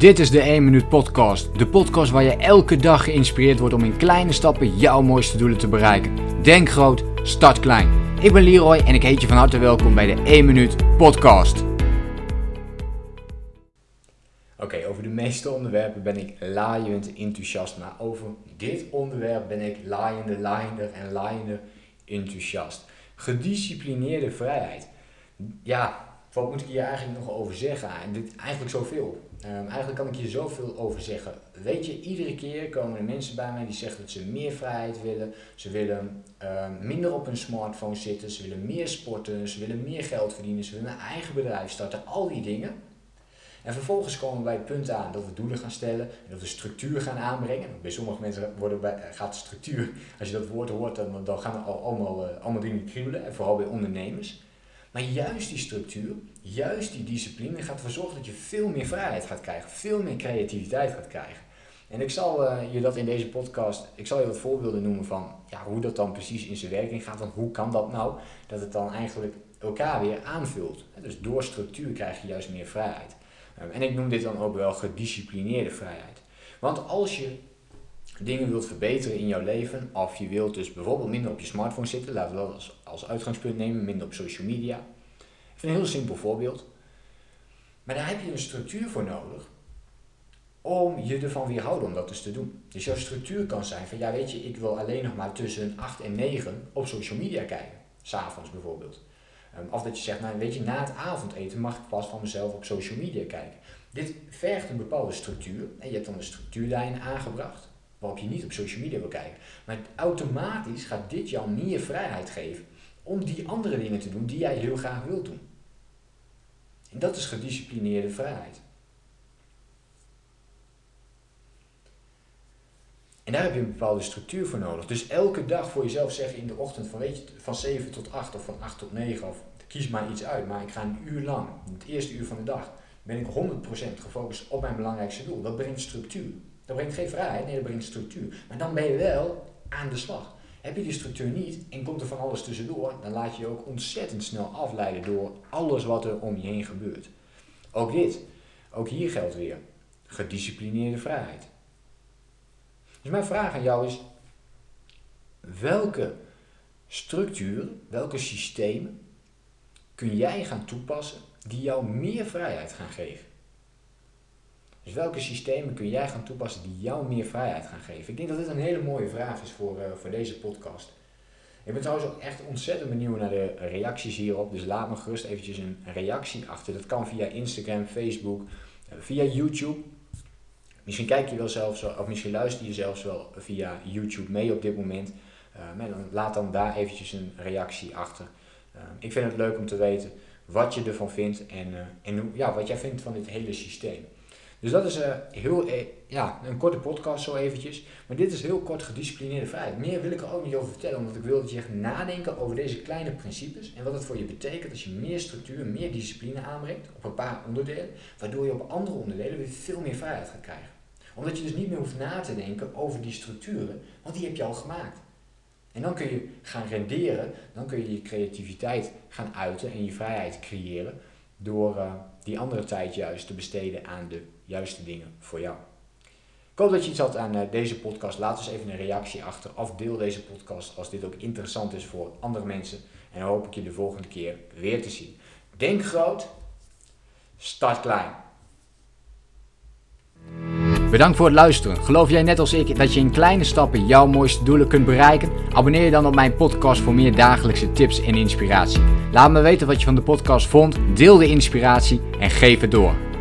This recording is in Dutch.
Dit is de 1 Minuut Podcast. De podcast waar je elke dag geïnspireerd wordt om in kleine stappen jouw mooiste doelen te bereiken. Denk groot, start klein. Ik ben Leroy en ik heet je van harte welkom bij de 1 Minuut Podcast. Oké, over de meeste onderwerpen ben ik laaiend enthousiast. Maar over dit onderwerp ben ik laaiender enthousiast. Gedisciplineerde vrijheid. Ja, wat moet ik hier eigenlijk nog over zeggen? Eigenlijk zoveel. Eigenlijk kan ik hier zoveel over zeggen. Weet je, iedere keer komen er mensen bij mij die zeggen dat ze meer vrijheid willen. Ze willen minder op hun smartphone zitten. Ze willen meer sporten. Ze willen meer geld verdienen. Ze willen een eigen bedrijf starten. Al die dingen. En vervolgens komen we bij het punt aan dat we doelen gaan stellen. En dat we structuur gaan aanbrengen. Bij sommige mensen gaat structuur, als je dat woord hoort, dan gaan er allemaal dingen kriebelen. En vooral bij ondernemers. Maar juist die structuur, juist die discipline gaat ervoor zorgen dat je veel meer vrijheid gaat krijgen. Veel meer creativiteit gaat krijgen. En ik zal je dat in deze podcast, ik zal je wat voorbeelden noemen van hoe dat dan precies in zijn werking gaat. Want hoe kan dat nou? Dat het dan eigenlijk elkaar weer aanvult. Dus door structuur krijg je juist meer vrijheid. En ik noem dit dan ook wel gedisciplineerde vrijheid. Want als je dingen wilt verbeteren in jouw leven, of je wilt dus bijvoorbeeld minder op je smartphone zitten, laten we dat als uitgangspunt nemen, minder op social media. Even een heel simpel voorbeeld. Maar daar heb je een structuur voor nodig om je ervan weerhouden om dat dus te doen. Dus jouw structuur kan zijn van, weet je, ik wil alleen nog maar tussen 8 en 9 op social media kijken. 'S Avonds bijvoorbeeld. Of dat je zegt, weet je, na het avondeten mag ik pas van mezelf op social media kijken. Dit vergt een bepaalde structuur. En je hebt dan een structuur daarin aangebracht, waarop je niet op social media wil kijken. Maar automatisch gaat dit jou meer vrijheid geven om die andere dingen te doen die jij heel graag wilt doen. En dat is gedisciplineerde vrijheid. En daar heb je een bepaalde structuur voor nodig. Dus elke dag voor jezelf zeggen in de ochtend van 7 tot 8 of van 8 tot 9 of kies maar iets uit. Maar ik ga een uur lang, het eerste uur van de dag, ben ik 100% gefocust op mijn belangrijkste doel. Dat brengt structuur. Dat brengt geen vrijheid, nee, dat brengt structuur. Maar dan ben je wel aan de slag. Heb je die structuur niet en komt er van alles tussendoor, dan laat je je ook ontzettend snel afleiden door alles wat er om je heen gebeurt. Ook hier geldt weer gedisciplineerde vrijheid. Dus mijn vraag aan jou is, welke structuren, welke systemen kun jij gaan toepassen die jou meer vrijheid gaan geven? Dus welke systemen kun jij gaan toepassen die jou meer vrijheid gaan geven? Ik denk dat dit een hele mooie vraag is voor deze podcast. Ik ben trouwens ook echt ontzettend benieuwd naar de reacties hierop. Dus laat me gerust eventjes een reactie achter. Dat kan via Instagram, Facebook, via YouTube. Misschien kijk je wel zelfs, of misschien luister je zelfs wel via YouTube mee op dit moment. Laat dan daar eventjes een reactie achter. Ik vind het leuk om te weten wat je ervan vindt en wat jij vindt van dit hele systeem. Dus dat is een korte podcast zo eventjes. Maar dit is heel kort gedisciplineerde vrijheid. Meer wil ik er ook niet over vertellen, omdat ik wil dat je echt nadenken over deze kleine principes. En wat het voor je betekent als je meer structuur, meer discipline aanbrengt op een paar onderdelen. Waardoor je op andere onderdelen weer veel meer vrijheid gaat krijgen. Omdat je dus niet meer hoeft na te denken over die structuren, want die heb je al gemaakt. En dan kun je gaan renderen, dan kun je je creativiteit gaan uiten en je vrijheid creëren door die andere tijd juist te besteden aan de juiste dingen voor jou. Ik hoop dat je iets had aan deze podcast. Laat eens even een reactie achter of deel deze podcast als dit ook interessant is voor andere mensen. En dan hoop ik je de volgende keer weer te zien. Denk groot, start klein. Bedankt voor het luisteren. Geloof jij net als ik dat je in kleine stappen jouw mooiste doelen kunt bereiken? Abonneer je dan op mijn podcast voor meer dagelijkse tips en inspiratie. Laat me weten wat je van de podcast vond, deel de inspiratie en geef het door.